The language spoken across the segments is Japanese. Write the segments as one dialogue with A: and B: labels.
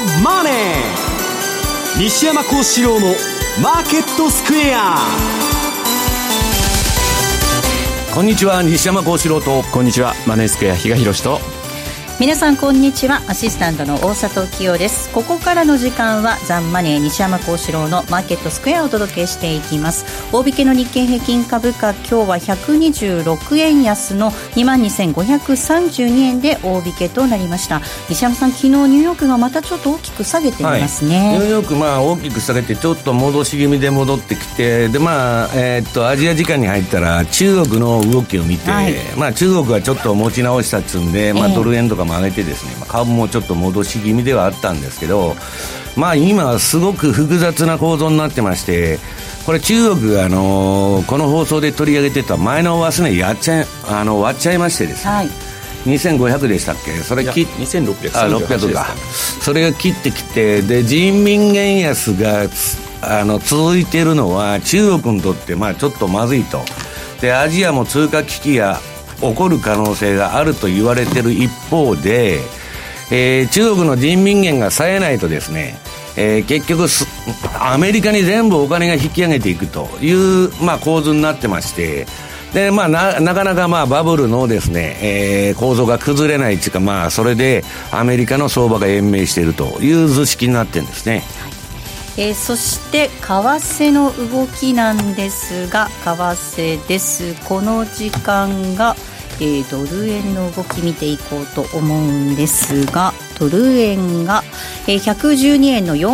A: マネー。西山孝四郎のマーケットスクエア。
B: こんにちは、西山孝四郎と。
C: こんにちは、マネースクエア比嘉宏と。
D: 皆さんこんにちは、アシスタントの大里清です。ここからの時間はザンマネー西山孝四郎のマーケットスクエアをお届けしていきます。大引けの日経平均株価、今日は126円安の 22,532 円で大引けとなりました。西山さん、昨日ニューヨークがまたちょっと大きく下げていますね。
B: ニューヨーク大きく下げてちょっと戻し気味で戻ってきて、でアジア時間に入ったら中国の動きを見て、中国はちょっと持ち直したっつうんで、ドル円とかも上げてですね、株もちょっと戻し気味ではあったんですけど、今はすごく複雑な構造になってまして、これ中国がこの放送で取り上げてた前の上値割っちゃいましてですね、2500でしたっけ、それ2600か、それが切ってきて、で人民元安が続いているのは中国にとってちょっとまずいと。でアジアも通貨危機が起こる可能性があると言われている一方で、中国の人民元が冴えないとですね、結局アメリカに全部お金が引き上げていくという、構図になってまして、で、なかなかバブルのですね、構造が崩れないというか、それでアメリカの相場が延命しているという図式になってるんですね。
D: そして為替の動きなんですが、為替です。この時間が、ドル円の動き見ていこうと思うんですが、ドル円が、112円の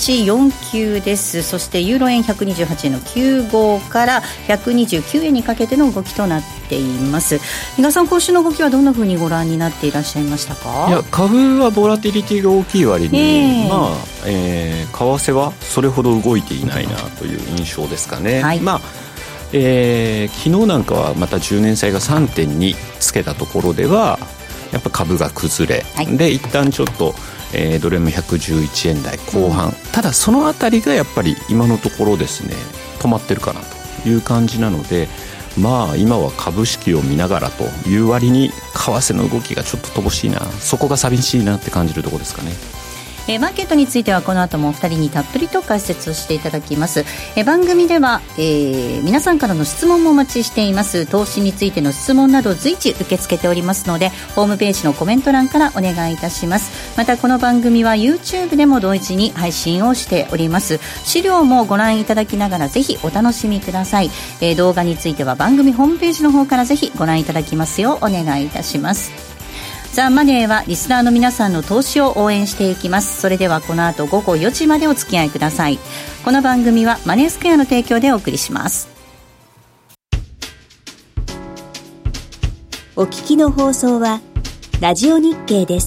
D: 4849です。そしてユーロ円128円の95から129円にかけての動きとなっています。比嘉さん、今週の動きはどんなふうにご覧になっていらっしゃいましたか？
C: いや、株はボラティリティが大きい割に、為替はそれほど動いていないなという印象ですかね。昨日なんかはまた10年債が 3.2 つけたところではやっぱ株が崩れ、で一旦ちょっと、ドル円も111円台後半、ただそのあたりがやっぱり今のところですね止まってるかなという感じなので、今は株式を見ながらという割に為替の動きがちょっと乏しいな、そこが寂しいなって感じるところですかね。
D: マーケットについてはこの後もお二人にたっぷりと解説をしていただきます。番組では、皆さんからの質問もお待ちしています。投資についての質問など随時受け付けておりますので、ホームページのコメント欄からお願いいたします。またこの番組は YouTube でも同時に配信をしております。資料もご覧いただきながらぜひお楽しみください。動画については番組ホームページの方からぜひご覧いただきますようお願いいたします。ザ・マネーはリスナーの皆さんの投資を応援していきます。それではこの後午後4時までお付き合いください。この番組はマネースクエアの提供でお送りします。
E: お聞きの放送はラジオ日経です。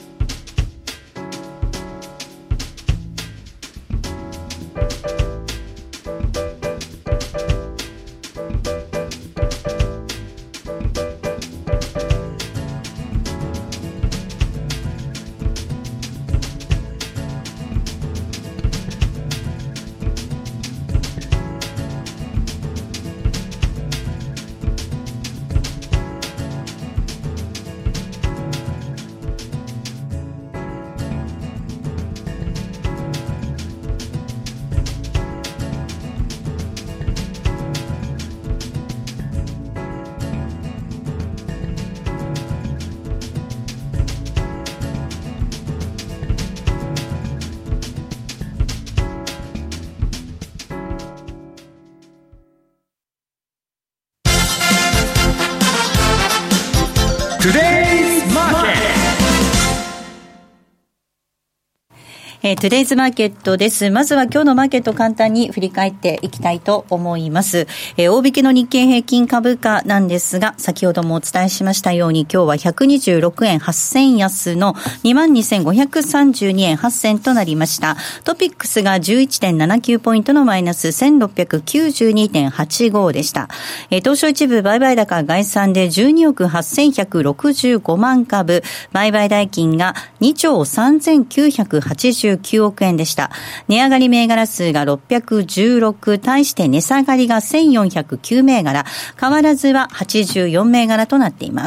D: トゥデイズマーケットです。まずは今日のマーケットを簡単に振り返っていきたいと思います。大引けの日経平均株価なんですが、先ほどもお伝えしましたように今日は126円8銭安の 22,532 円8銭となりました。トピックスが 11.79 ポイントのマイナス 1692.85 でした。東証一部売買高概算で12億8165万株、売買代金が2兆3989億円でした。値上がり銘柄数が616、対して値下がりが1409銘柄、変わらずは84銘柄となっています。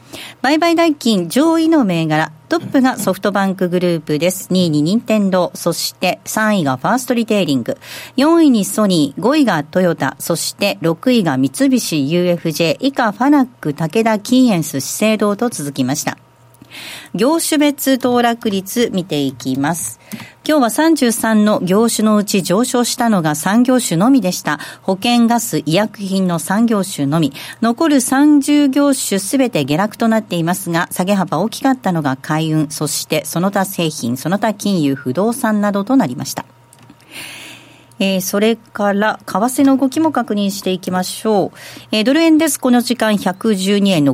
D: 売買代金上位の銘柄、トップがソフトバンクグループです。2位に任天堂、そして3位がファーストリテイリング、4位にソニー、5位がトヨタ、そして6位が三菱 UFJ、以下ファナック、武田、キーエンス、資生堂と続きました。業種別騰落率見ていきます。今日は33の業種のうち上昇したのが3業種のみでした。保険、ガス、医薬品の3業種のみ。残る30業種すべて下落となっていますが、下げ幅大きかったのが海運、そしてその他製品、その他金融、不動産などとなりました。それから為替の動きも確認していきましょう。ドル円です。この時間112円の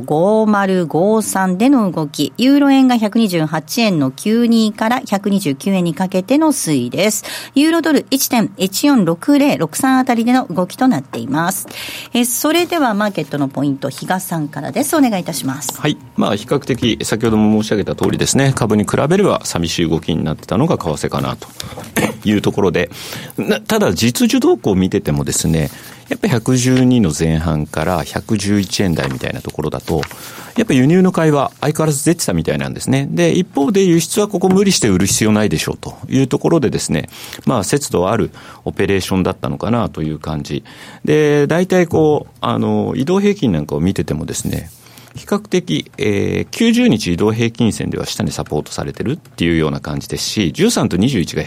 D: 5053での動き、ユーロ円が128円の92から129円にかけての推移です。ユーロドル 1.146063 あたりでの動きとなっています。それではマーケットのポイント、比嘉さんからです。お願いいたします。
C: はい、比較的先ほども申し上げた通りですね、株に比べれば寂しい動きになってたのが為替かなというところで、ただ実需動向を見ててもですね、やっぱり112の前半から111円台みたいなところだと、やっぱり輸入の買いは相変わらず出てたみたいなんですね。で、一方で輸出はここ無理して売る必要ないでしょうというところでですね、節度あるオペレーションだったのかなという感じで、大体移動平均なんかを見ててもですね、比較的、90日移動平均線では下にサポートされてるっていうような感じですし、13と21が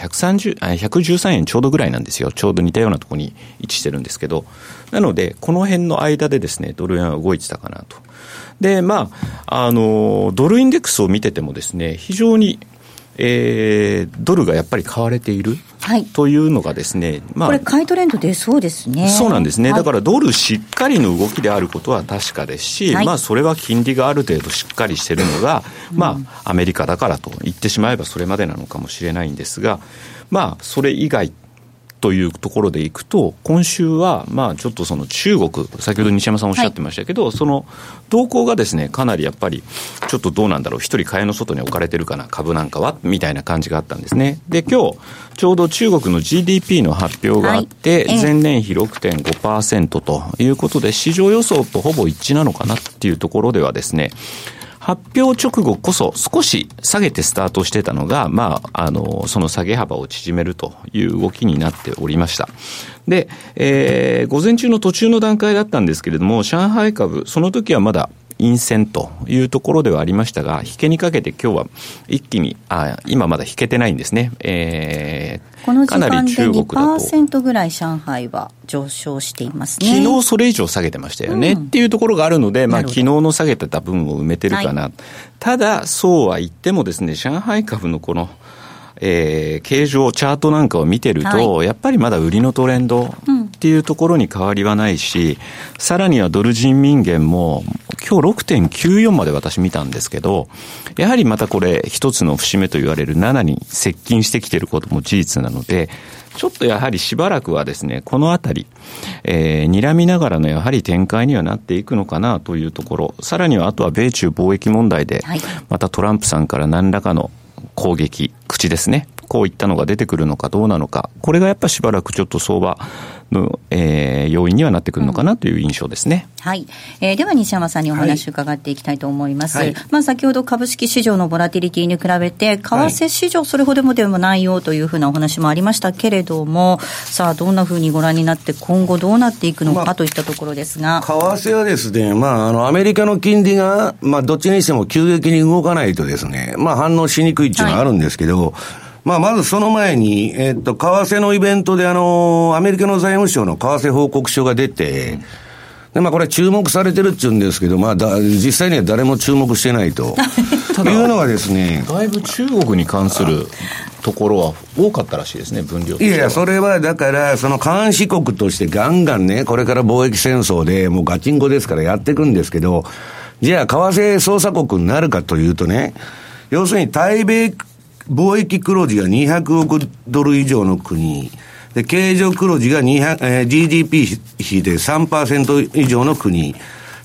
C: 113円ちょうどぐらいなんですよ。ちょうど似たようなところに位置してるんですけど、なのでこの辺の間でですね、ドル円は動いてたかなと。で、ドルインデックスを見ててもですね、非常にドルがやっぱり買われている、はい、というのがですね、
D: これ買いトレンド出そうですね。
C: そうなんですね、
D: はい、
C: だからドルしっかりの動きであることは確かですし、はい、それは金利がある程度しっかりしているのが、アメリカだからと言ってしまえばそれまでなのかもしれないんですが、それ以外というところでいくと、今週はちょっとその中国、先ほど西山さんおっしゃってましたけど、はい、その動向がですね、かなりやっぱりちょっとどうなんだろう、一人蚊帳の外に置かれてるかな、株なんかはみたいな感じがあったんですね。で、今日ちょうど中国の GDP の発表があって、はい、前年比 6.5% ということで、市場予想とほぼ一致なのかなっていうところではですね、発表直後こそ少し下げてスタートしてたのが、その下げ幅を縮めるという動きになっておりました。で、午前中の途中の段階だったんですけれども、上海株、その時はまだ陰線というところではありましたが、引けにかけて今日は一気に、今まだ引けてないんですね。
D: この時間で 2% ぐらい上海は上昇していますね。
C: 昨日それ以上下げてましたよね、っていうところがあるので、昨日の下げてた分を埋めてるかな、はい、ただそうは言ってもですね、上海株のこの形状、チャートなんかを見てると、はい、やっぱりまだ売りのトレンドっていうところに変わりはないし、さらにはドル人民元も今日 6.94 まで私見たんですけど、やはりまたこれ一つの節目と言われる7に接近してきていることも事実なので、ちょっとやはりしばらくはですね、このあたり、睨みながらのやはり展開にはなっていくのかなというところ、さらにはあとは米中貿易問題で、またトランプさんから何らかの攻撃、口ですね、こういったのが出てくるのかどうなのか、これがやっぱしばらくちょっと相場の、要因にはなってくるのかなという印象ですね。
D: はい。では西山さんにお話を伺っていきたいと思います。はい、先ほど株式市場のボラティリティに比べて為替市場それほどでもないよというふうなお話もありましたけれども、さあどんなふうにご覧になって今後どうなっていくのかといったところですが、
B: 為替はですね、アメリカの金利がどっちにしても急激に動かないとですね、反応しにくいっていうのはあるんですけど、まずその前に、為替のイベントでアメリカの財務省の為替報告書が出て、で、これ注目されてるって言うんですけど、実際には誰も注目してないというのがですね、
C: だいぶ中国に関するところは多かったらしいですね、分量としては。
B: いや、それはだからその監視国としてガンガンね、これから貿易戦争でもうガチンコですからやっていくんですけど、じゃあ為替操作国になるかというとね、要するに対米貿易黒字が200億ドル以上の国で、経常黒字がGDP 比で 3% 以上の国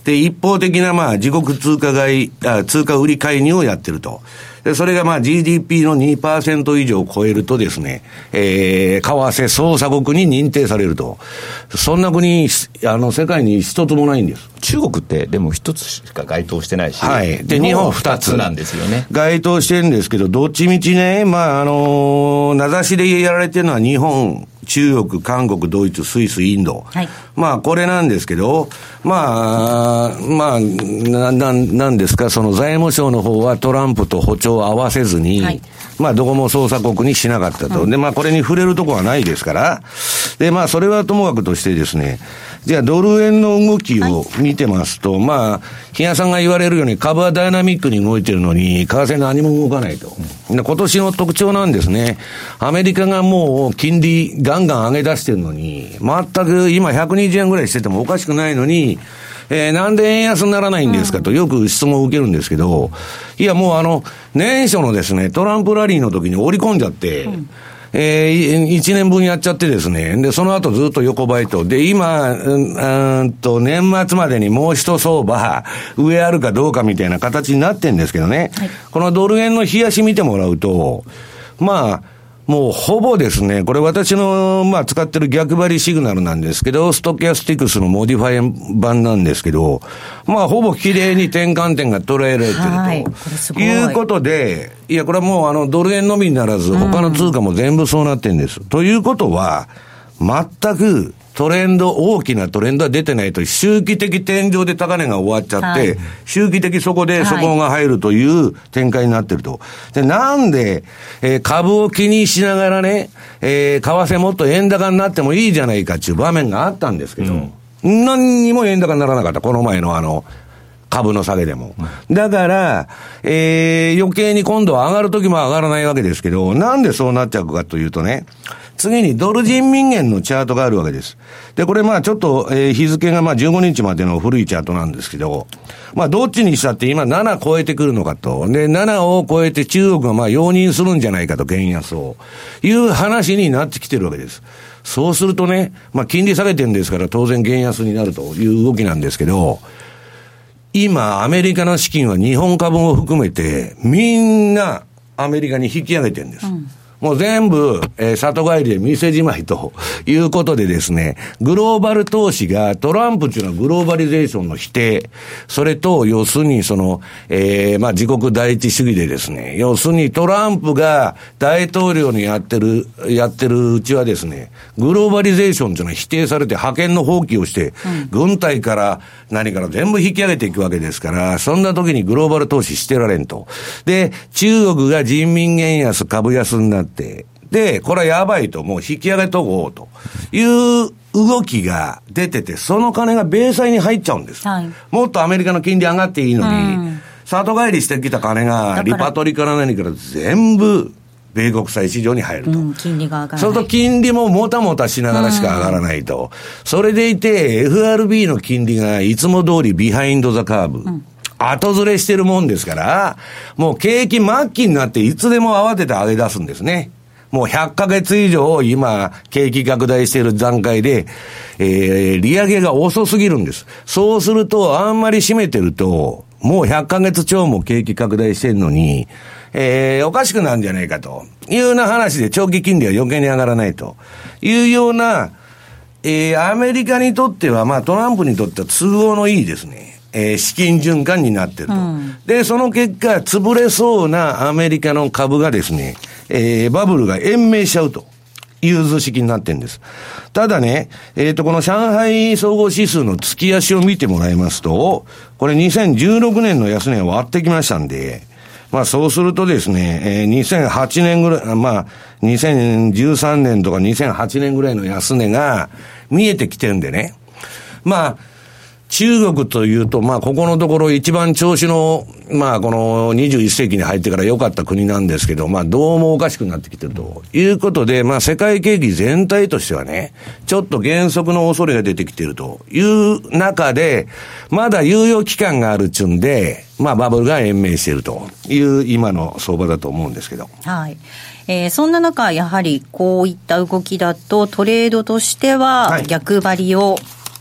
B: で、一方的な自国通貨売り介入をやってると。で、それがGDP の 2% 以上を超えるとですね、為替操作国に認定されると。そんな国、世界に一つもないんです。
C: 中国ってでも一つしか該当してないし。
B: はい。で、日本二つ
C: なんですよね。
B: 該当してるんですけど、どっちみちね、名指しでやられてるのは日本、中国、韓国、ドイツ、スイス、インド。はい。これなんですけど、なんですか、その財務省の方はトランプと歩調を合わせずに、はい、どこも操作国にしなかったと。で、これに触れるとこはないですから、で、それはともかくとしてですね、じゃあドル円の動きを見てますと、比嘉さんが言われるように株はダイナミックに動いてるのに、為替何も動かないと。で、今年の特徴なんですね。アメリカがもう金利ガンガン上げ出してるのに、全く今120円ぐらいしててもおかしくないのに、なんで円安にならないんですかとよく質問を受けるんですけど、いやもう年初のですね、トランプラリーの時に織り込んじゃって、1年分やっちゃってですね。で、その後ずっと横ばいと。で、今、年末までにもう一相場、上あるかどうかみたいな形になってんですけどね。はい、このドル円の冷やし見てもらうと、もうほぼですね、これ私の、使ってる逆張りシグナルなんですけど、ストキャスティクスのモディファイ版なんですけど、ほぼ綺麗に転換点が捉えられてると。はい、いうことで、いや、これはもうドル円のみにならず、他の通貨も全部そうなってるんです。ということは、全く、大きなトレンドは出てないと、周期的天井で高値が終わっちゃって、はい、周期的底で底が入るという展開になってると。で、なんで、株を気にしながらね、為替もっと円高になってもいいじゃないかっていう場面があったんですけど、何にも円高にならなかった、この前の株の下げでも。だから、余計に今度は上がるときも上がらないわけですけど、なんでそうなっちゃうかというとね、次にドル人民元のチャートがあるわけです。で、これちょっと、日付が15日までの古いチャートなんですけど、どっちにしたって今7超えてくるのかと。で、7を超えて中国が容認するんじゃないかと、元安を。いう話になってきてるわけです。そうするとね、金利下げてるんですから当然元安になるという動きなんですけど、今、アメリカの資金は日本株を含めて、みんなアメリカに引き上げてるんです。もう全部、里帰りで店じまいということでですね、グローバル投資がトランプっていうのはグローバリゼーションの否定、それと、要するに自国第一主義でですね、要するにトランプが大統領にやってるうちはですね、グローバリゼーションっていうのは否定されて覇権の放棄をして、軍隊から何から全部引き上げていくわけですから、そんな時にグローバル投資してられんと。で、中国が人民元安、株安になって、で、これはやばいと、もう引き上げとこうという動きが出てて、その金が米債に入っちゃうんです。はい、もっとアメリカの金利上がっていいのに、里帰りしてきた金がリパトリから何から全部米国債市場に入ると。
D: 金利が上がらない。
B: そうすると金利ももたもたしながらしか上がらないと。それでいて FRB の金利がいつも通りビハインドザカーブ。後ずれしてるもんですから、もう景気末期になっていつでも慌てて上げ出すんですね。もう100ヶ月以上今、景気拡大している段階で、利上げが遅すぎるんです。そうすると、あんまり締めてると、もう100ヶ月超も景気拡大してるのに、おかしくなるんじゃないかというような話で長期金利は余計に上がらないというような、アメリカにとっては、トランプにとっては都合のいいですね。資金循環になってると。で、その結果、潰れそうなアメリカの株がですね、バブルが延命しちゃうという図式になってるんです。ただね、この上海総合指数の月足を見てもらいますと、これ2016年の安値を割ってきましたんで、そうするとですね、2008年ぐらい、2013年とか2008年ぐらいの安値が見えてきてるんでね。中国というと、ここのところ一番調子の、この21世紀に入ってから良かった国なんですけど、どうもおかしくなってきてるということで、世界景気全体としてはね、ちょっと減速の恐れが出てきているという中で、まだ猶予期間があるっちゅうんで、バブルが延命しているという今の相場だと思うんですけど。
D: はい。そんな中、やはりこういった動きだとトレードとしては逆張りを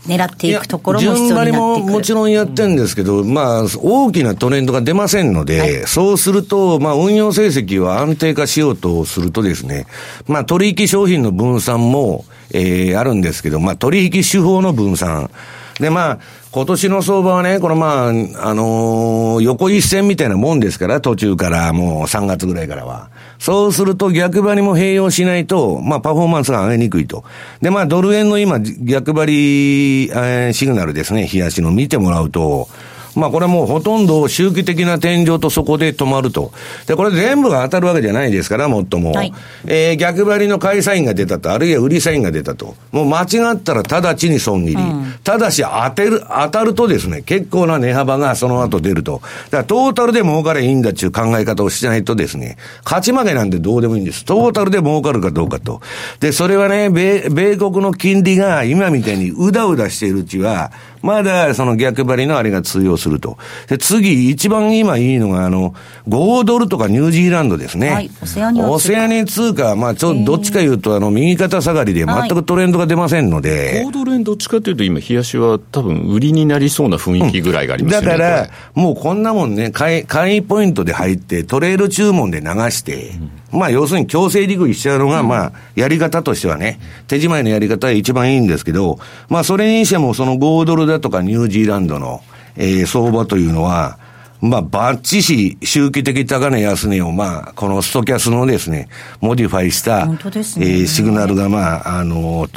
D: 狙っていくところも必要になってくる。
B: 順張りももちろんやってるんですけど、まあ、大きなトレンドが出ませんので、はい、そうすると、まあ、運用成績を安定化しようとするとですね、まあ、取引商品の分散も、あるんですけど、まあ、取引手法の分散。で、まあ、今年の相場はね、このまあ、横一線みたいなもんですから、途中からもう3月ぐらいからは。そうすると逆張りも併用しないと、まあ、パフォーマンスが上げにくいと。で、まあ、ドル円の今、逆張り、シグナルですね、日足の見てもらうと、まあこれもうほとんど周期的な天井とそこで止まると。で、これ全部が当たるわけじゃないですから、もっとも。はい、逆張りの買いサインが出たと、あるいは売りサインが出たと。もう間違ったら直ちに損切り。ただし当たるとですね、結構な値幅がその後出ると。だからトータルで儲かれいいんだっていう考え方をしないとですね、勝ち負けなんてどうでもいいんです。トータルで儲かるかどうかと。で、それはね、米国の金利が今みたいにうだうだしているうちは、まだその逆張りのあれが通用すると。で、次、一番今いいのが、5ドルとかニュージーランドですね。はい、オセアニ通貨、まあ、どっちか言うと、右肩下がりで全くトレンドが出ませんので。
C: 5ドル円どっちかというと、今、日足は多分、売りになりそうな雰囲気ぐらいがありますよね。
B: だから、もうこんなもんね、買いポイントで入って、トレール注文で流して、まあ、要するに強制利食いしちゃうのが、まあ、やり方としてはね、手仕舞いのやり方は一番いいんですけど、まあ、それにしても、その5ドルだとかニュージーランドの、相場というのは、まあ、バッチし、周期的高値安値を、まあ、このストキャスのですね、モディファイした、シグナルが、まあ、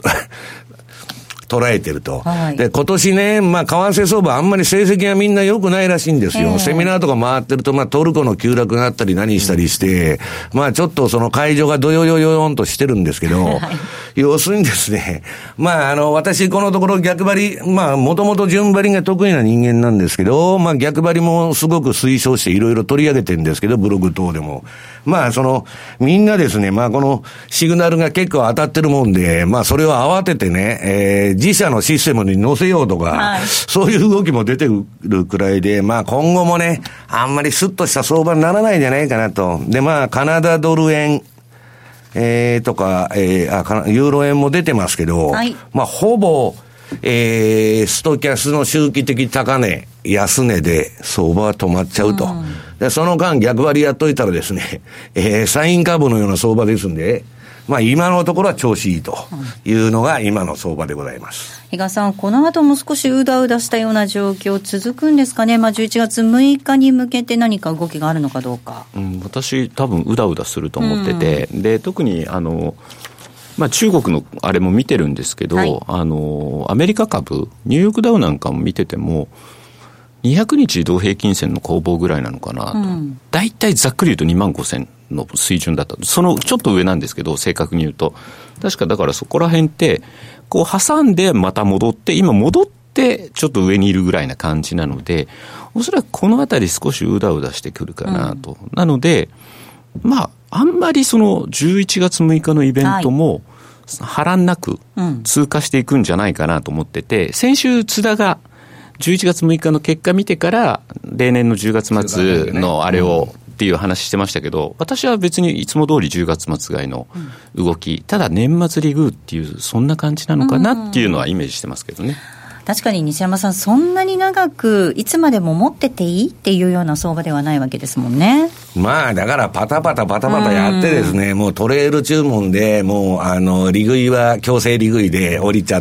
B: 捉えてると。はい、で、今年ね、まあ、為替相場あんまり成績がみんな良くないらしいんですよ。セミナーとか回ってると、まあ、トルコの急落があったり何したりして、まあ、ちょっとその会場がドヨヨヨヨンとしてるんですけど、はい、要するにですね、まあ、私、このところ逆張り、まあ、もともと順張りが得意な人間なんですけど、まあ、逆張りもすごく推奨していろいろ取り上げてるんですけど、ブログ等でも。まあ、みんなですね、まあ、このシグナルが結構当たってるもんで、まあ、それを慌ててね、自社のシステムに載せようとか、はい、そういう動きも出てくるくらいで、まあ今後もね、あんまりスッとした相場にならないんじゃないかなと。で、まあカナダドル円、とか、ユーロ円も出てますけど、はい、まあほぼ、ストキャスの周期的高値、安値で相場は止まっちゃうと。で、その間逆張りやっといたらですね、サイン株のような相場ですんで、まあ今のところは調子いいというのが今の相場でございます。
D: 比嘉さん、この後も少しうだうだしたような状況続くんですかね。まあ11月6日に向けて何か動きがあるのかどうか。
C: 私多分うだうだすると思ってて、で特にまあ中国のあれも見てるんですけど、はい、アメリカ株、ニューヨークダウなんかも見てても、200日移動平均線の攻防ぐらいなのかなと。だいたいざっくり言うと25,000の水準だった。そのちょっと上なんですけど、正確に言うと。確かだからそこら辺って、こう挟んでまた戻って、今戻ってちょっと上にいるぐらいな感じなので、おそらくこのあたり少しうだうだしてくるかなと。なので、まあ、あんまりその11月6日のイベントも波乱なく通過していくんじゃないかなと思ってて、先週津田が11月6日の結果見てから例年の10月末のあれをっていう話してましたけど、私は別にいつも通り10月末買いの動き、ただ年末リグーっていうそんな感じなのかなっていうのはイメージしてますけどね。
D: 確かに西山さん、そんなに長くいつまでも持ってていいっていうような相場ではないわけですもんね。
B: まあだからパタパタやってですね、もうトレール注文でもう利食いは強制利食いで降りちゃって、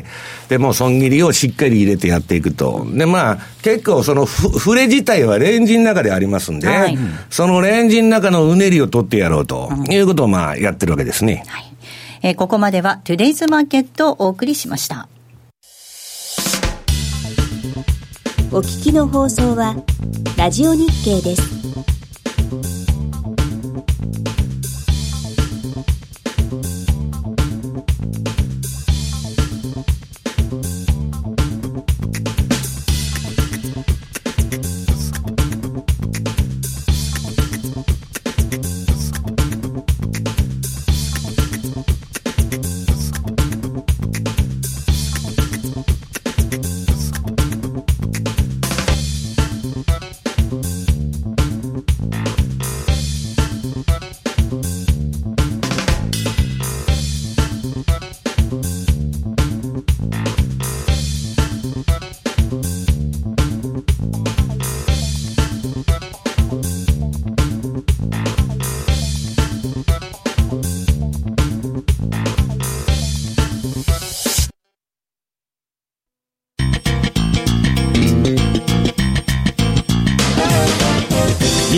B: でもう損切りをしっかり入れてやっていくと。でまあ結構その触れ自体はレンジの中でありますんで、はい、そのレンジの中のうねりを取ってやろうということをまあやってるわけですね。
D: はい、ここまではトゥデイズマーケットをお送りしました。
E: お聞きの放送はラジオ日経です。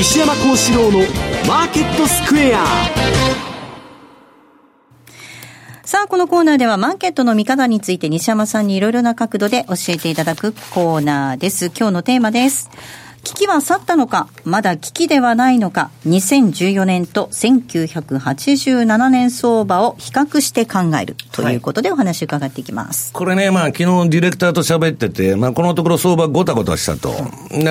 A: 西山幸四郎のマーケットスクエア。
D: さあ、このコーナーではマーケットの見方について西山さんにいろいろな角度で教えていただくコーナーです。今日のテーマです。危機は去ったのか、まだ危機ではないのか、2014年と1987年相場を比較して考えるということでお話を伺っていきます。
B: これね、昨日ディレクターと喋ってて、このところ相場ごたごたしたと。で、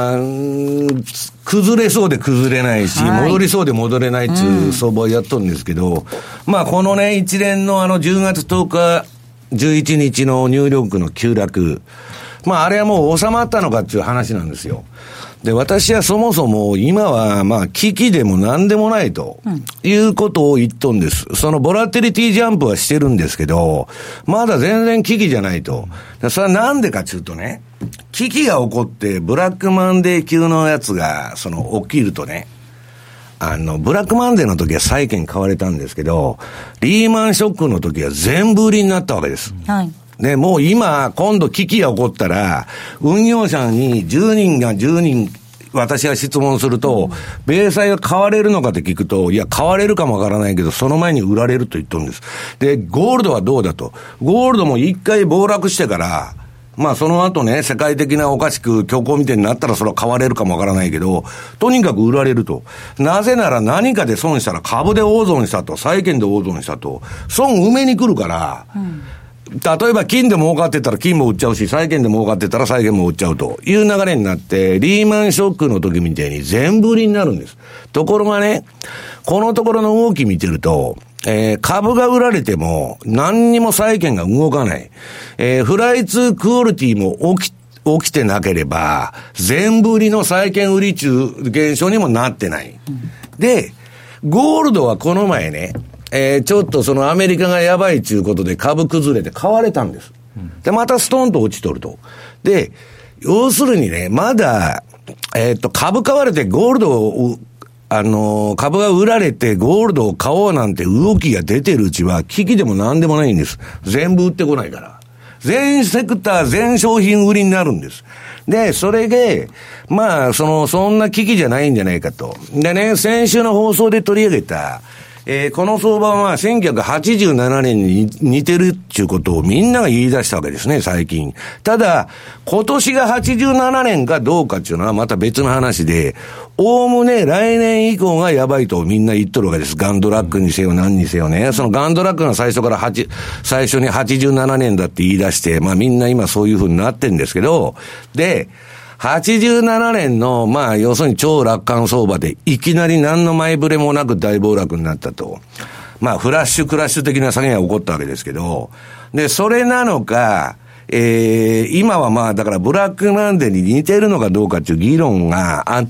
B: 崩れそうで崩れないし、戻りそうで戻れないっていう相場をやっとるんですけど、このね、一連の10月10日、11日のニューヨークの急落、あれはもう収まったのかっていう話なんですよ。で、私はそもそも今は危機でも何でもないということを言っとんです。そのボラティリティジャンプはしてるんですけど、まだ全然危機じゃないと。それはなんでかっていうとね、危機が起こってブラックマンデー級のやつが起きるとね、ブラックマンデーの時は債券買われたんですけど、リーマンショックの時は全部売りになったわけです。はい。で、もう今度危機が起こったら、運用者に10人が10人、私が質問すると、米債が買われるのかって聞くと、いや、買われるかもわからないけど、その前に売られると言っとるんです。で、ゴールドはどうだと。ゴールドも一回暴落してから、その後ね、世界的なおかしく強行みたいになったらそれは買われるかもわからないけど、とにかく売られると。なぜなら何かで損したら株で大損したと、債券で大損したと、損埋めに来るから、例えば金で儲かってたら金も売っちゃうし、債券で儲かってたら債券も売っちゃうという流れになって、リーマンショックの時みたいに全部売りになるんです。ところがね、このところの動き見てると、株が売られても何にも債券が動かない。フライツクオリティも起きてなければ、全部売りの債券売り中現象にもなってない。で、ゴールドはこの前ね、ちょっとアメリカがやばいということで株崩れて買われたんです。で、またストンと落ちとると。で、要するにね、まだ、株買われてゴールドを、株が売られてゴールドを買おうなんて動きが出てるうちは危機でも何でもないんです。全部売ってこないから。全セクター、全商品売りになるんです。で、それで、そんな危機じゃないんじゃないかと。でね、先週の放送で取り上げた、この相場は1987年に似てるっていうことをみんなが言い出したわけですね、最近。ただ、今年が87年かどうかっていうのはまた別の話で、おおむね来年以降がやばいとみんな言っとるわけです。ガンドラックにせよ何にせよね。そのガンドラックが最初に87年だって言い出して、みんな今そういう風になってるんですけど、で、87年の、要するに超楽観相場で、いきなり何の前触れもなく大暴落になったと。フラッシュクラッシュ的な下げが起こったわけですけど、で、それなのか、今はだからブラックマンデーに似てるのかどうかっていう議論があって、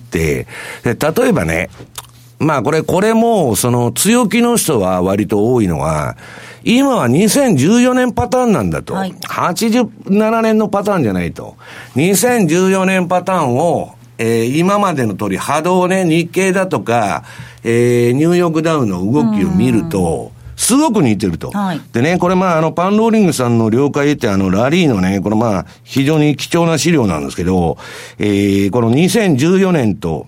B: で、例えばね、これも、強気の人は割と多いのは、今は2014年パターンなんだと。はい、87年のパターンじゃないと。2014年パターンを、今までの通り波動ね、日経だとか、ニューヨークダウの動きを見ると、すごく似てると。はい、でね、これパンローリングさんの了解ってラリーのね、これ非常に貴重な資料なんですけど、この2014年と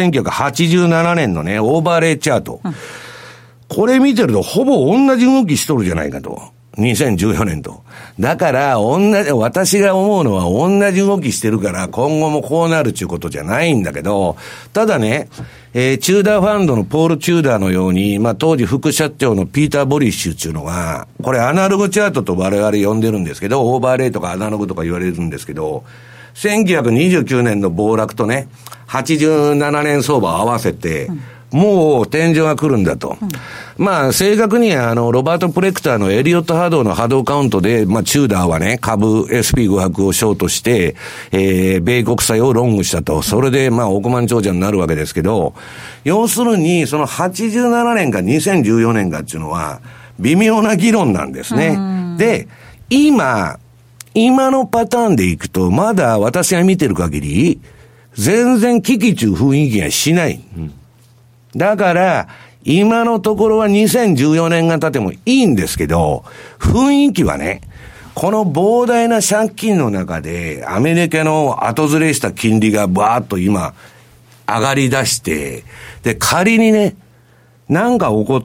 B: 1987年のね、オーバーレイチャート。これ見てるとほぼ同じ動きしとるじゃないかと。2014年と。だから私が思うのは同じ動きしてるから今後もこうなるっていうことじゃないんだけど、ただね、チューダーファンドのポール・チューダーのように、当時副社長のピーター・ボリッシュっていうのが、これアナログチャートと我々呼んでるんですけど、オーバーレイとかアナログとか言われるんですけど、1929年の暴落とね、87年相場を合わせて、もう天井が来るんだと。正確にはロバート・プレクターのエリオット波動の波動カウントで、チューダーはね、株 SP500 をショートして、米国債をロングしたと。それで億万長者になるわけですけど、要するに、その87年か2014年かっていうのは、微妙な議論なんですね。で、今のパターンでいくと、まだ私が見てる限り、全然危機中雰囲気がしない。だから、今のところは2014年が経ってもいいんですけど、雰囲気はね、この膨大な借金の中で、アメリカの後ずれした金利がバーッと今、 上がり出して、で、仮にね、なんか起こって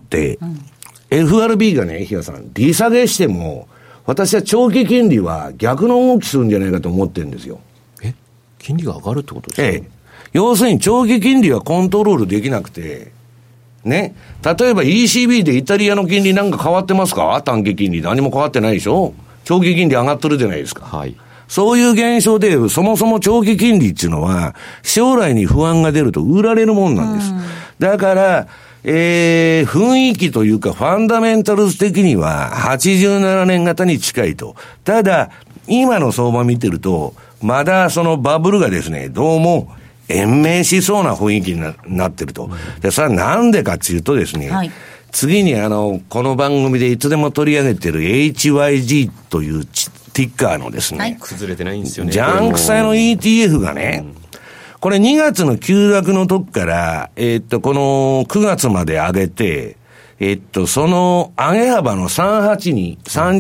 B: 、FRB がね、比嘉さん、利下げしても、私は長期金利は逆の動きするんじゃないかと思ってるんですよ。
C: 金利が上がるってことですか？
B: 要するに長期金利はコントロールできなくて、ね。例えば ECB でイタリアの金利なんか変わってますか？短期金利何も変わってないでしょ？長期金利上がってるじゃないですか。
C: はい。
B: そういう現象で、そもそも長期金利っていうのは、将来に不安が出ると売られるもんなんです。だから、雰囲気というか、ファンダメンタルズ的には、87年型に近いと。ただ、今の相場見てると、まだそのバブルがですね、どうも、延命しそうな雰囲気に なってると。で、それはなんでかっていうとですね、はい、次にこの番組でいつでも取り上げてる HYG というティッカーのですね、はい、
C: 崩れてないんですよね。
B: ジャンク債の ETF がね、これ2月の急落の時から、この9月まで上げて、その上げ幅の38に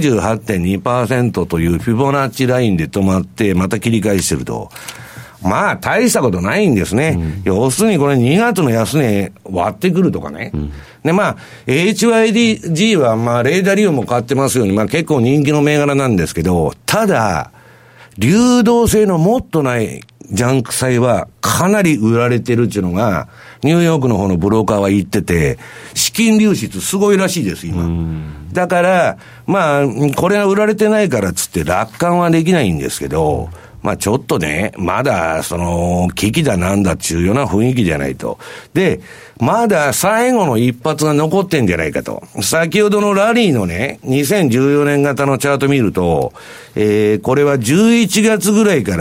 B: 38.2% というフィボナッチラインで止まって、また切り返してると。まあ、大したことないんですね。要するにこれ2月の安値割ってくるとかね。で、まあ、HYG はまあ、レーダーリオも変わってますように、まあ結構人気の銘柄なんですけど、ただ、流動性のもっとないジャンク債はかなり売られてるっていうのが、ニューヨークの方のブローカーは言ってて、資金流出すごいらしいです、今。だから、まあ、これは売られてないからつって楽観はできないんですけど、まあちょっとね、まだ危機だなんだっていうような雰囲気じゃないと。で、まだ最後の一発が残ってんじゃないかと。先ほどのラリーのね、2014年型のチャート見ると、これは11月ぐらいから、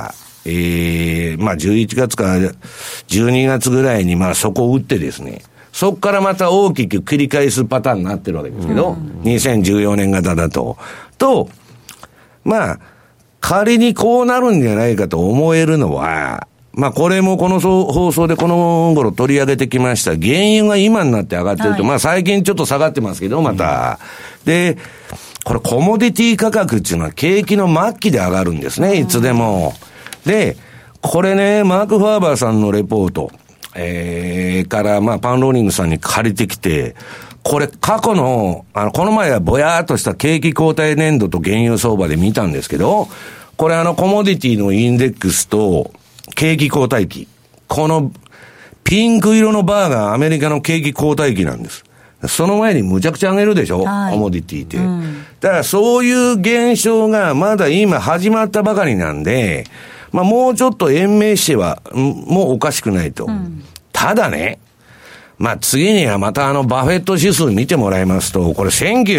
B: まあ11月か12月ぐらいにまあそこを打ってですね、そこからまた大きく繰り返すパターンになってるわけですけど、2014年型だと。まあ、仮にこうなるんじゃないかと思えるのは、まあこれもこの放送でこの頃取り上げてきました。原油が今になって上がってると、はい、まあ最近ちょっと下がってますけど、また。で、これコモディティ価格っていうのは景気の末期で上がるんですね、いつでも。で、これね、マーク・ファーバーさんのレポート、からまあパンローリングさんに借りてきて、これ過去の、この前はぼやーっとした景気後退年度と原油相場で見たんですけど、これコモディティのインデックスと景気後退期。このピンク色のバーがアメリカの景気後退期なんです。その前にむちゃくちゃ上げるでしょ、はい、コモディティって。だからそういう現象がまだ今始まったばかりなんで、まあもうちょっと延命しては、もうおかしくないと。ただね、まあ次にはまたバフェット指数見てもらいますと、これ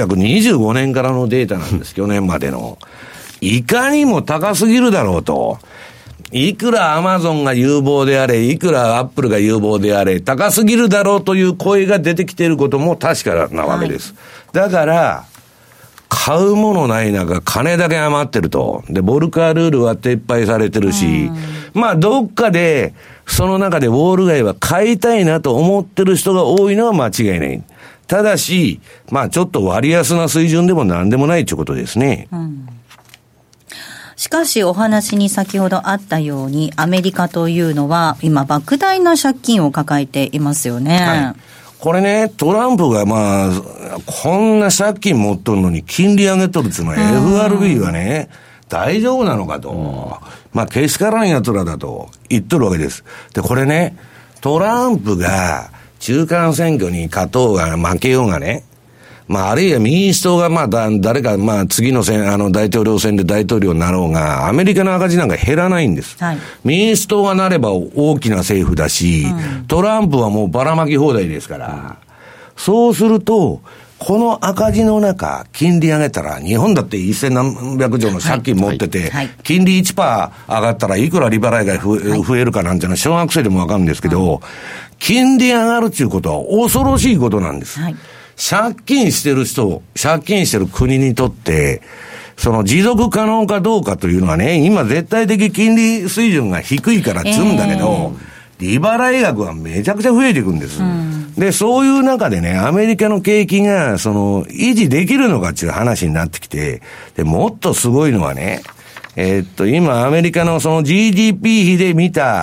B: 1925年からのデータなんです、去年までの。いかにも高すぎるだろうと。いくらアマゾンが有望であれ、いくらアップルが有望であれ、高すぎるだろうという声が出てきていることも確かなわけです。はい、だから、買うものない中、金だけ余ってると。で、ボルカールールは撤廃されてるし、まあ、どっかで、その中でウォール街は買いたいなと思ってる人が多いのは間違いない。ただし、まあ、ちょっと割安な水準でも何でもないということですね。
D: しかしお話に先ほどあったように、アメリカというのは今莫大な借金を抱えていますよね。はい、
B: これね、トランプがまあ、こんな借金持っとるのに金利上げとるっていうのは FRB はね、大丈夫なのかと。まあ、けしからん奴らだと言っとるわけです。で、これね、トランプが中間選挙に勝とうが負けようがね、まあ、あるいは民主党がまあ、誰かまあ、次の大統領選で大統領になろうが、アメリカの赤字なんか減らないんです。はい、民主党がなれば大きな政府だし、トランプはもうばらまき放題ですから、そうすると、この赤字の中、金利上げたら、日本だって1000何百兆の借金持ってて、金利 1% 上がったらいくら利払いが増えるかなんていうのは小学生でもわかるんですけど、金利上がるっていうことは恐ろしいことなんです。借金してる人、借金してる国にとって、その持続可能かどうかというのはね、今絶対的金利水準が低いから積んだけど、利払い額はめちゃくちゃ増えていくんです。で、そういう中でね、アメリカの景気が、維持できるのかっていう話になってきて、で、もっとすごいのはね、今アメリカのその GDP 比で見た、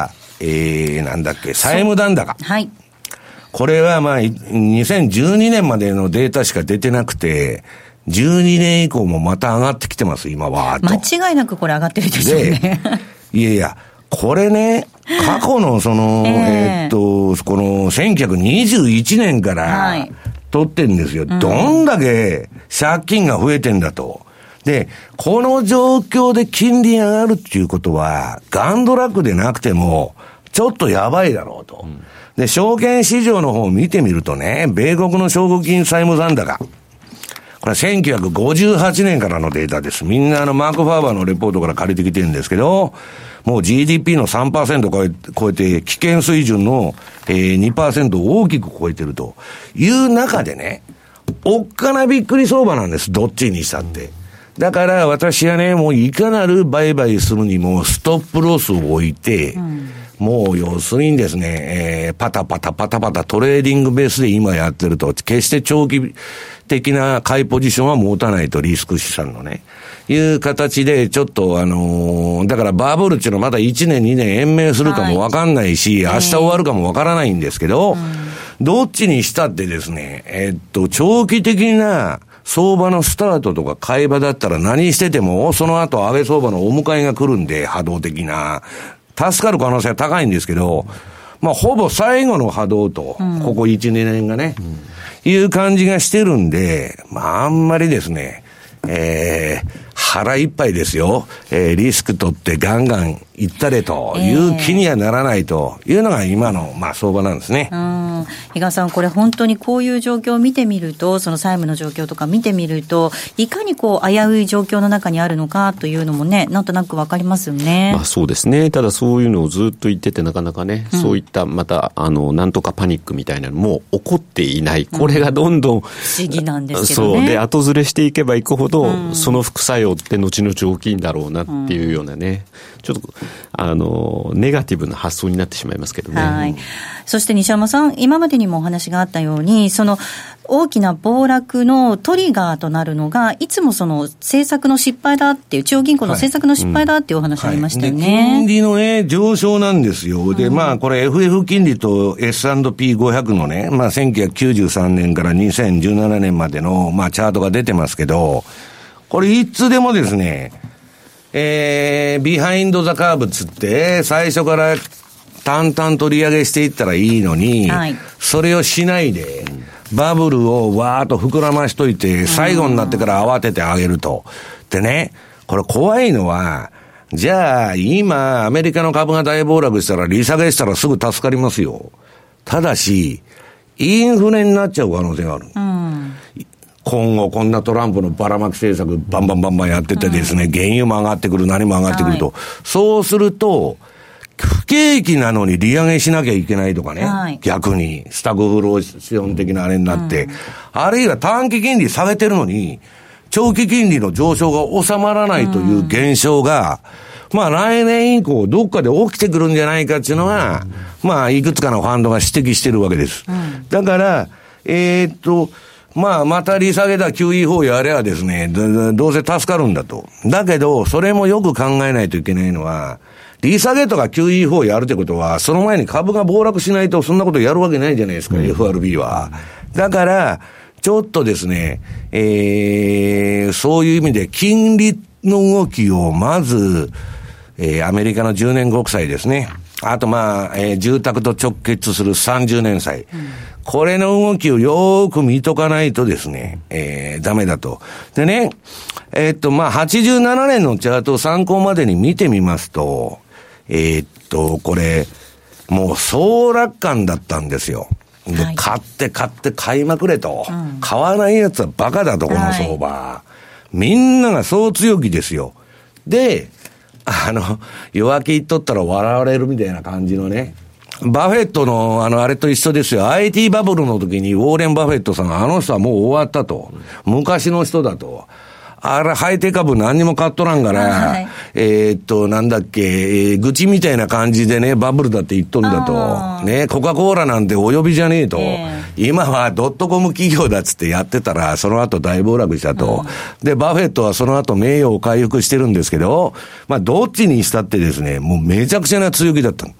B: なんだっけ、債務残高。
D: はい。
B: これはまあ、2012年までのデータしか出てなくて、12年以降もまた上がってきてます、今は。
D: 間違いなくこれ上がってるでしょうね。
B: いや、これね、過去のこの1921年から、取ってんですよ。どんだけ借金が増えてんだと。で、この状況で金利上がるっていうことは、ガンドラックでなくても、ちょっとやばいだろうと。で、証券市場の方を見てみるとね、米国の証拠金債務残高。これは1958年からのデータです。みんなマーク・ファーバーのレポートから借りてきてるんですけど、もう GDP の 3% 超えて、危険水準の 2% を大きく超えてるという中でね、おっかなびっくり相場なんです。どっちにしたって。だから私はね、もういかなる売買するにもストップロスを置いて、もう要するにですね、パタパタトレーディングベースで今やってると、決して長期的な買いポジションは持たないと、リスク資産のね、いう形で、ちょっとだからバブルっていうのはまだ1年2年延命するかもわかんないし、明日終わるかもわからないんですけど、どっちにしたってですね、長期的な相場のスタートとか買い場だったら何してても、その後上げ相場のお迎えが来るんで、波動的な。助かる可能性は高いんですけど、まあ、ほぼ最後の波動と、ここ1、2年がね、いう感じがしてるんで、まあ、あんまりですね、腹いっぱいですよ。リスク取ってガンガンいったれという気にはならないというのが今の、まあ、相場なんですね。
D: 比嘉さん、これ本当にこういう状況を見てみると、その債務の状況とか見てみると、いかにこう危うい状況の中にあるのかというのもね、なんとなくわかりますよね。
C: まあ、そうですね。ただそういうのをずっと言ってて、なかなかね、そういったまたなんとかパニックみたいなのも起こっていない。これがどんどん、
D: 不思議なんですけどね。
C: そうで、後ずれしていけばいくほど、その副作用って後々大きいんだろうなっていうようなね、ちょっとネガティブな発想になってしまいますけどね。
D: はい。そして西山さん、今までにもお話があったように、その大きな暴落のトリガーとなるのが、いつもその政策の失敗だっていう、中央銀行の政策の失敗だっていうお話ありましたよね。
B: 金利のね、上昇なんですよ。で、まあ、これ FF 金利と S&P500 のね、まあ、1993年から2017年までの、まあ、チャートが出てますけど、これいつでもですね、ビハインドザカーブつって、最初から淡々と利上げしていったらいいのに、それをしないで、バブルをわーっと膨らましといて、最後になってから慌ててあげると。でね、これ怖いのは、じゃあ今アメリカの株が大暴落したら利下げしたらすぐ助かりますよ。ただし、インフレになっちゃう可能性がある。今後こんなトランプのばらまき政策バンバンやっててですね、原油も上がってくる、何も上がってくると。そうすると、不景気なのに利上げしなきゃいけないとかね、逆にスタグフローション的なあれになって、あるいは短期金利下げてるのに長期金利の上昇が収まらないという現象が、まあ来年以降どっかで起きてくるんじゃないかっていうのは、まあいくつかのファンドが指摘してるわけです。だからまあまた利下げだ QE4 やればですね、どうせ助かるんだと。だけどそれもよく考えないといけないのは、利下げとか QE4 やるってことは、その前に株が暴落しないとそんなことやるわけないじゃないですか、FRB は。だから、ちょっとですね、そういう意味で金利の動きをまず、アメリカの10年国債ですね。あとまあ、住宅と直結する30年債。これの動きをよーく見とかないとですね、ダメだと。でね、まあ、87年のチャートを参考までに見てみますと、これ、もう総楽観だったんですよ。で、買って買いまくれと。買わないやつはバカだと、この相場。みんながそう強気ですよ。で、弱気言っとったら笑われるみたいな感じのね。バフェットのあれと一緒ですよ。IT バブルの時にウォーレン・バフェットさんがあの人はもう終わったと。昔の人だと。あれ、ハイテ株何にも買っとらんから、なんだっけ、愚痴みたいな感じでね、バブルだって言っとんだと。ね、コカ・コーラなんてお呼びじゃねえと。今はドットコム企業だっつってやってたら、その後大暴落したと。で、バフェットはその後名誉を回復してるんですけど、まあ、どっちにしたってですね、もうめちゃくちゃな強気だった。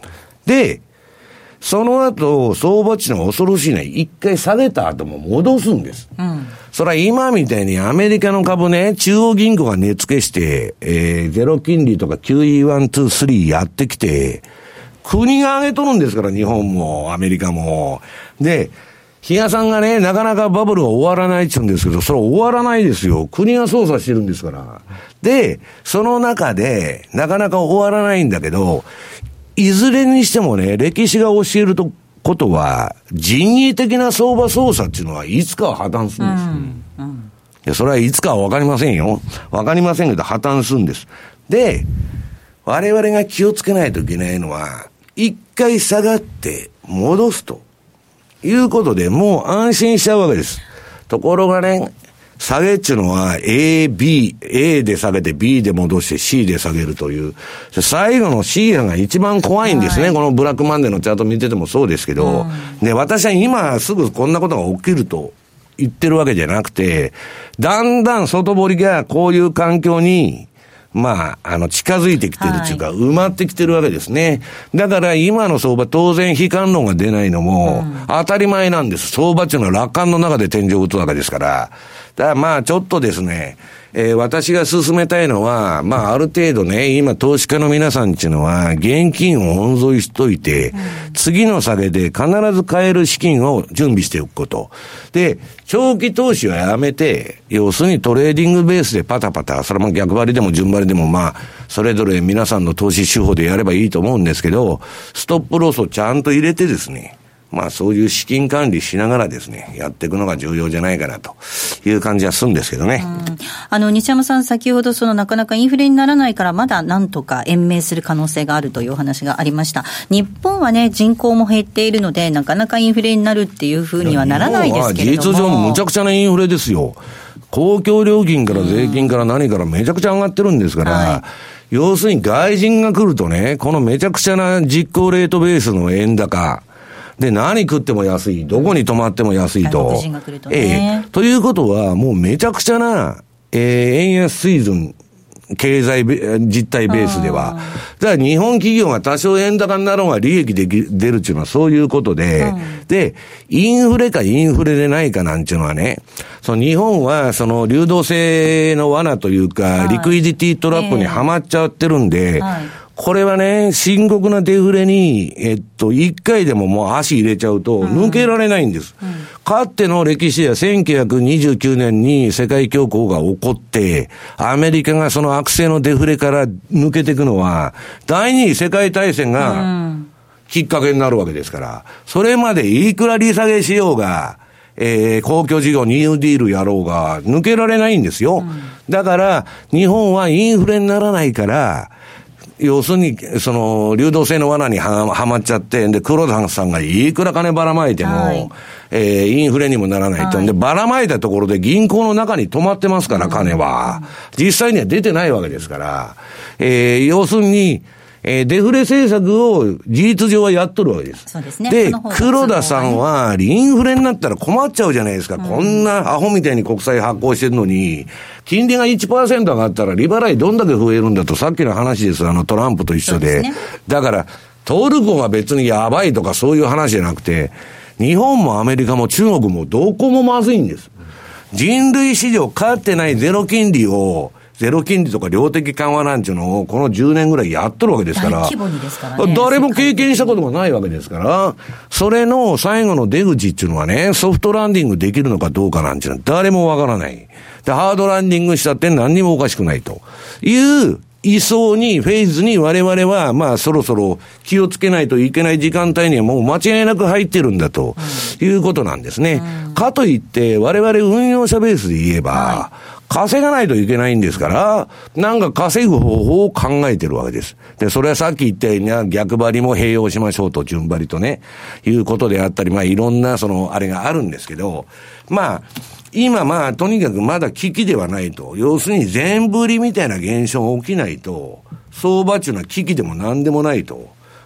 B: で、その後、相場っていうのは恐ろしいね。一回下げた後も戻すんです。それは今みたいにアメリカの株ね、中央銀行が値付けして、ゼロ金利とか QE1、2、3やってきて、国が上げとるんですから、日本もアメリカも。で、比嘉さんがね、なかなかバブルが終わらないって言うんですけど、それは終わらないですよ。国が操作してるんですから。で、その中で、なかなか終わらないんだけど、いずれにしてもね、歴史が教えることは、人為的な相場操作っていうのはいつかは破綻するんです。それはいつかはわかりませんよ。わかりませんけど破綻するんです。で、我々が気をつけないといけないのは、一回下がって戻すということでもう安心しちゃうわけです。ところがね、下げっていうのは A で下げて B で戻して C で下げるという、最後の C が一番怖いんですね。このブラックマンデーのチャート見ててもそうですけど、で、私は今すぐこんなことが起きると言ってるわけじゃなくて、だんだん外堀がこういう環境に近づいてきてるっていうか、埋まってきてるわけですね。だから今の相場、当然悲観論が出ないのも、当たり前なんです。相場っていうのは楽観の中で天井を打つわけですから。だからちょっとですね、私が進めたいのは、ある程度ね、今投資家の皆さんっていうのは、現金を温存しといて、次の下げで必ず買える資金を準備しておくこと。で、長期投資はやめて、要するにトレーディングベースでパタパタ、それも逆張りでも順張りでもそれぞれ皆さんの投資手法でやればいいと思うんですけど、ストップロスをちゃんと入れてですね、そういう資金管理しながらですね、やっていくのが重要じゃないかなという感じはするんですけどね。
D: 西山さん、先ほどなかなかインフレにならないからまだなんとか延命する可能性があるというお話がありました。日本はね、人口も減っているので、なかなかインフレになるっていうふうにはならないですけれども。
B: 事実上むちゃくちゃなインフレですよ。公共料金から税金から何からめちゃくちゃ上がってるんですから、要するに外人が来るとね、このめちゃくちゃな実行レートベースの円高、で、何食っても安い。どこに泊まっても安いと。
D: 外国人が来るとね。
B: ということは、もうめちゃくちゃな、円安水準、経済実態ベースでは。だから日本企業が多少円高になろうが利益で出るっていうのはそういうことで、で、インフレかインフレでないかなんていうのはね、日本は流動性の罠というか、リクイディティトラップにはまっちゃってるんで、これはね、深刻なデフレに、一回でももう足入れちゃうと、抜けられないんです。かつての歴史では1929年に世界恐慌が起こって、アメリカがその悪性のデフレから抜けていくのは、第二次世界大戦がきっかけになるわけですから、それまでいくら利下げしようが、公共事業ニューディールやろうが、抜けられないんですよ。だから、日本はインフレにならないから、要するに、流動性の罠にはまっちゃって、で、黒田さんがいくら金ばらまいても、インフレにもならないと。で、ばらまいたところで銀行の中に止まってますから、金は。実際には出てないわけですから、要するに、デフレ政策を事実上はやっとるわけです。
D: そうですね。
B: で、黒田さんは、インフレになったら困っちゃうじゃないですか。こんなアホみたいに国債発行してるのに、金利が 1% 上がったら利払いどんだけ増えるんだと、さっきの話です。トランプと一緒で。だから、トルコが別にやばいとかそういう話じゃなくて、日本もアメリカも中国もどこもまずいんです。人類史上かってないゼロ金利とか量的緩和なんていうのをこの10年ぐらいやっとるわけですから。
D: 大規模にですからね。
B: 誰も経験したことがないわけですから、それの最後の出口っていうのはね、ソフトランディングできるのかどうかなんていうのは誰もわからない。で、ハードランディングしたって何にもおかしくないという位相に、フェーズに我々は、そろそろ気をつけないといけない時間帯にはもう間違いなく入ってるんだということなんですね。かといって、我々運用者ベースで言えば、稼がないといけないんですから、なんか稼ぐ方法を考えてるわけです。で、それはさっき言ったように逆張りも併用しましょうと、順張りとね、いうことであったり、いろんなあれがあるんですけど、今とにかくまだ危機ではないと。要するに全振りみたいな現象が起きないと、相場っていうのは危機でも何でもないと。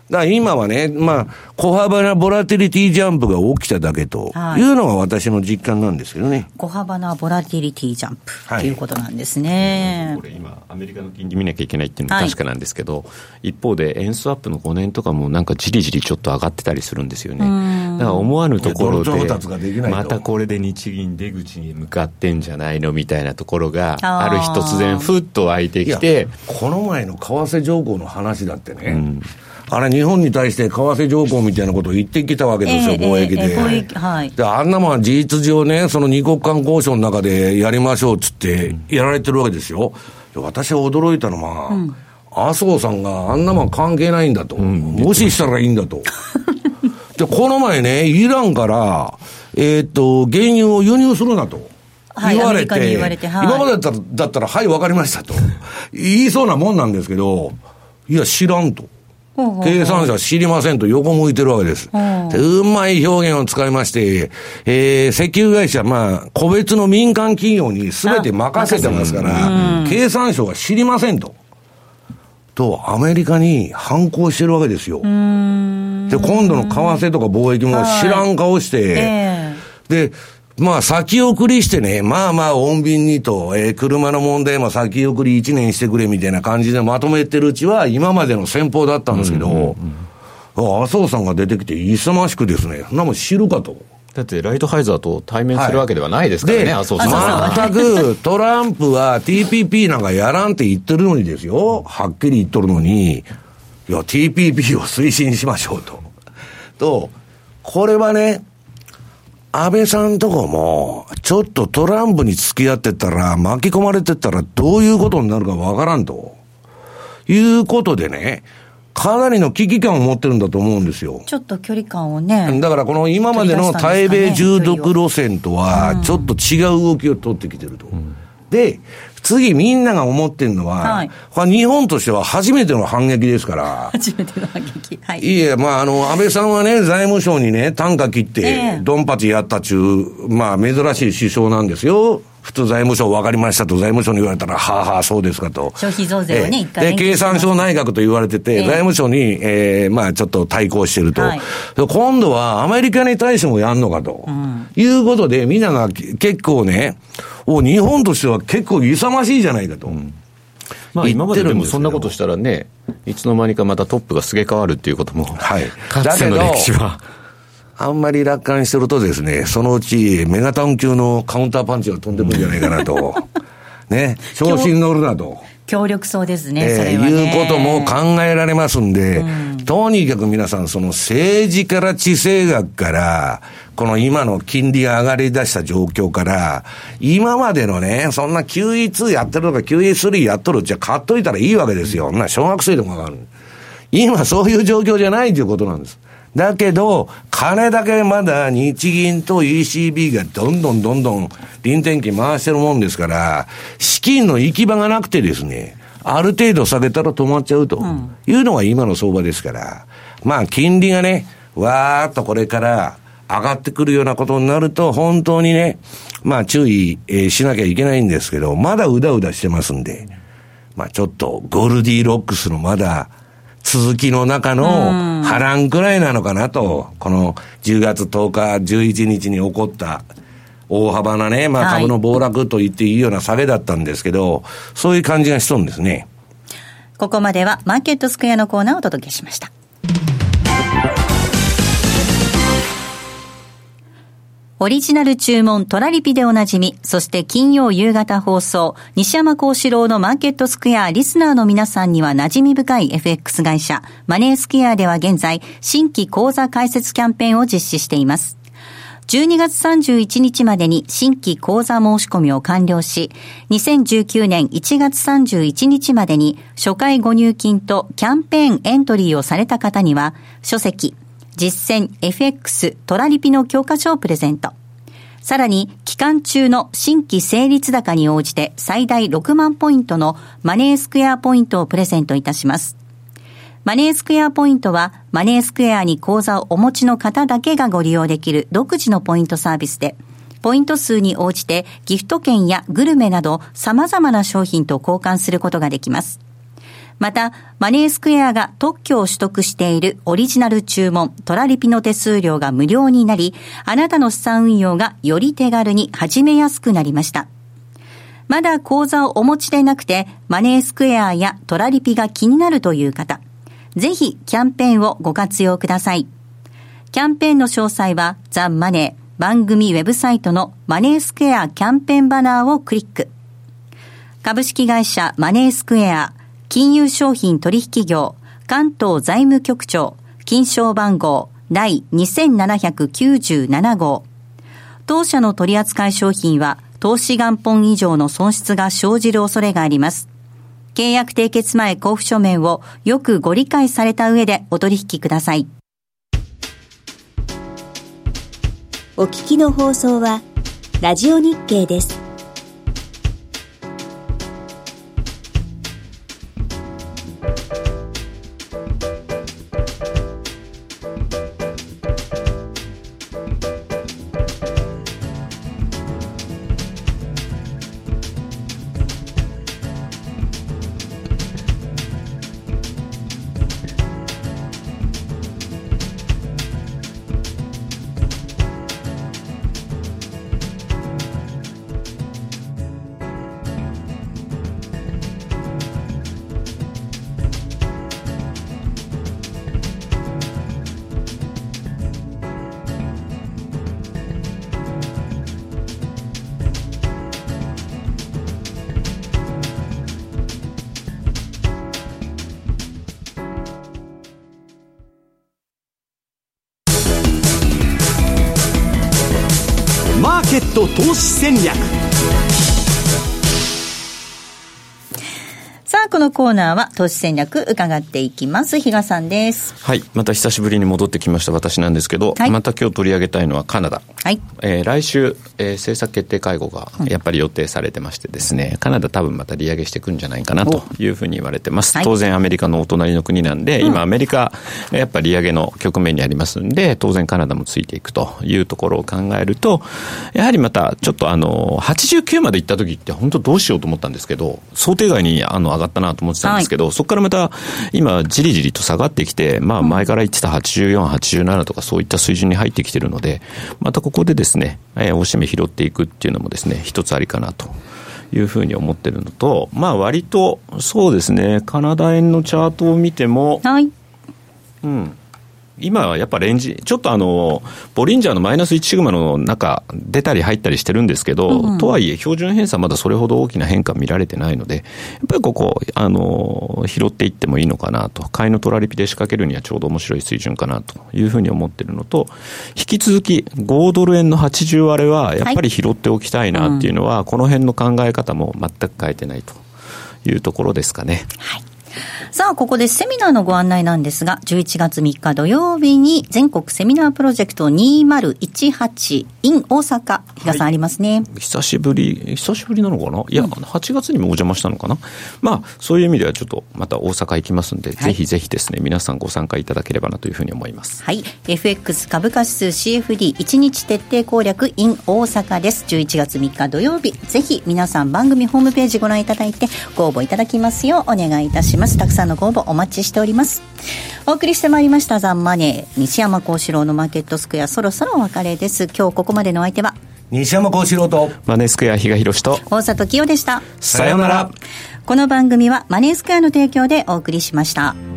B: だから今はね、小幅なボラティリティジャンプが起きただけというのが私の実感なんですけどね。
D: 小幅なボラティリティジャンプということなんですね。
C: これ今アメリカの金利見なきゃいけないっていうのは確かなんですけど、一方で円スワップの5年とかもなんかじりじりちょっと上がってたりするんですよね。だから思わぬところでまたこれで日銀出口に向かってんじゃないのみたいなところがある日突然ふっと湧いてきて、
B: この前の為替条項の話だってね、あれ日本に対して為替条項みたいなことを言ってきたわけですよ、貿易で。で、あんなもんは事実上ね、その二国間交渉の中でやりましょうっつってやられてるわけですよ。私は驚いたのは、麻生さんがあんなもん関係ないんだと。無視したらいいんだと。で、この前ね、イランから、原油を輸入するなと。言われて、今までだったら、はい、わかりましたと。言いそうなもんなんですけど、いや、知らんと。経産省は知りませんと横向いてるわけです。で、うまい表現を使いまして、石油会社、個別の民間企業に全て任せてますから、経産省は知りませんと。アメリカに反抗してるわけですよ。で、今度の為替とか貿易も知らん顔して、で、先送りしてね、穏便にと、車の問題も先送り1年してくれみたいな感じでまとめてるうちは今までの戦法だったんですけど、麻生さんが出てきて勇ましくですね、そんなもん知るかと。
C: だってライトハイザーと対面するわけではないですからね、麻生さんは。
B: 全くトランプは TPP なんかやらんって言ってるのにですよ、はっきり言っとるのに、いや TPP を推進しましょうと。これはね、安倍さんとこも、ちょっとトランプに付き合ってたら、巻き込まれてったらどういうことになるかわからんと。いうことでね、かなりの危機感を持ってるんだと思うんですよ。
D: ちょっと距離感をね。
B: だからこの今までの対米従属路線とは、ちょっと違う動きを取ってきてると。で、次みんなが思ってるのは、日本としては初めての反撃ですから。
D: 初めての反撃。はい。
B: いえ、安倍さんはね、財務省にね、単価切って、ドンパチやった珍しい首相なんですよ。普通財務省分かりましたと財務省に言われたら、はあはあ、そうですかと。
D: 消費増税をね、一回。
B: で、経産省内閣と言われてて、財務省に、ちょっと対抗してると。今度はアメリカに対してもやんのかと。いうことで、みんなが結構ね、日本としては結構勇ましいじゃないかと。
C: 今まででもそんなことしたらね、いつの間にかまたトップがすげ替わるっていうことも、かつての歴史は。
B: あんまり楽観してるとですね、そのうちメガタウン級のカウンターパンチが飛んでくるんじゃないかなと。ね、調子に乗るなと。
D: 強力そうですね、それはね。
B: いうことも考えられますんで、とにかく皆さん、その政治から地政学から、この今の金利が上がり出した状況から、今までのね、そんな QE2 やってるとか QE3 やっとるじゃ買っといたらいいわけですよ。小学生でもわかる。今そういう状況じゃないということなんです。だけど、金だけまだ日銀と ECB がどんどん臨転機回してるもんですから、資金の行き場がなくてですね、ある程度下げたら止まっちゃうというのが今の相場ですから、金利がね、わーっとこれから上がってくるようなことになると、本当にね、注意、しなきゃいけないんですけど、まだうだうだしてますんで、ちょっとゴルディロックスのまだ、続きの中の波乱くらいなのかなと、この10月10日、11日に起こった大幅なね、株の暴落と言っていいような下げだったんですけど、そういう感じがしそうですね。
D: ここまではマーケットスクエアのコーナーをお届けしました。オリジナル注文トラリピでおなじみ、そして金曜夕方放送、西山幸四郎のマーケットスクエアリスナーの皆さんには馴染み深い FX 会社、マネースクエアでは現在、新規口座開設キャンペーンを実施しています。12月31日までに新規口座申し込みを完了し、2019年1月31日までに初回ご入金とキャンペーンエントリーをされた方には、書籍、実践 FX トラリピの教科書をプレゼント。さらに期間中の新規成立高に応じて最大6万ポイントのマネースクエアポイントをプレゼントいたします。マネースクエアポイントはマネースクエアに口座をお持ちの方だけがご利用できる独自のポイントサービスで、ポイント数に応じてギフト券やグルメなど様々な商品と交換することができます。 また、マネースクエアが特許を取得しているオリジナル注文、トラリピの手数料が無料になり、あなたの資産運用がより手軽に始めやすくなりました。まだ口座をお持ちでなくて、マネースクエアやトラリピが気になるという方、ぜひキャンペーンをご活用ください。キャンペーンの詳細は、ザ・マネー番組ウェブサイトのマネースクエアキャンペーンバナーをクリック。株式会社マネースクエア金融商品取引業関東財務局長金賞番号第2797号。当社の取扱い商品は投資元本以上の損失が生じる恐れがあります。契約締結前交付書面をよくご理解された上でお取引ください。
E: お聞きの放送はラジオ日経です。
A: マーケット投資戦略。
D: さあ、このコーナーは投資戦略伺っていきます。比嘉さんです。
C: はい、また久しぶりに戻ってきました私なんですけど、はい、また今日取り上げたいのはカナダ、はい。来週、政策決定会合がやっぱり予定されてましてですね、カナダ多分また利上げしていくんじゃないかなというふうに言われてます、はい。当然アメリカのお隣の国なんで、今アメリカやっぱり利上げの局面にありますんで、当然カナダもついていくというところを考えると、やはりまたちょっと89まで行った時って本当どうしようと思ったんですけど、想定外に上がったなと思ってたんですけど、はい、そこからまた今じりじりと下がってきて、まあ前から言ってた84、87とかそういった水準に入ってきてるので、またここでですね、おしめ拾っていくっていうのもですね、一つありかなというふうに思ってるのと、まあ割とそうですね、カナダ円のチャートを見ても、はい、今はやっぱレンジ、ちょっとボリンジャーのマイナス1シグマの中出たり入ったりしてるんですけど、とはいえ標準偏差まだそれほど大きな変化見られてないので、やっぱりここ拾っていってもいいのかなと、買いのトラリピで仕掛けるにはちょうど面白い水準かなというふうに思ってるのと、引き続き5ドル円の80割れはやっぱり拾っておきたいなっていうのは、この辺の考え方も全く変えてないというところですかね。
D: はい。さあ、ここでセミナーのご案内なんですが、11月3日土曜日に全国セミナープロジェクト2018 in 大阪、比嘉さんありますね。
C: 久しぶりなのかな、いや、8月にもお邪魔したのかな。まあ、そういう意味ではちょっとまた大阪行きますんで、ぜひぜひですね、皆さんご参加いただければなというふうに思います。
D: はい。FX 株価指数 CFD1 日徹底攻略 in 大阪です。11月3日土曜日、ぜひ皆さん番組ホームページご覧いただいてご応募いただきますようお願いいたします。たくさんのご応募お待ちしております。お送りしてまいりましたザ・マネー西山幸四郎のマーケットスクエア、そろそろお別れです。今日ここまでのお相手は
B: 西山幸四郎と
C: マネースクエア比嘉宏と
D: 大里清でした。
B: さようなら。
D: この番組はマネースクエアの提供でお送りしました。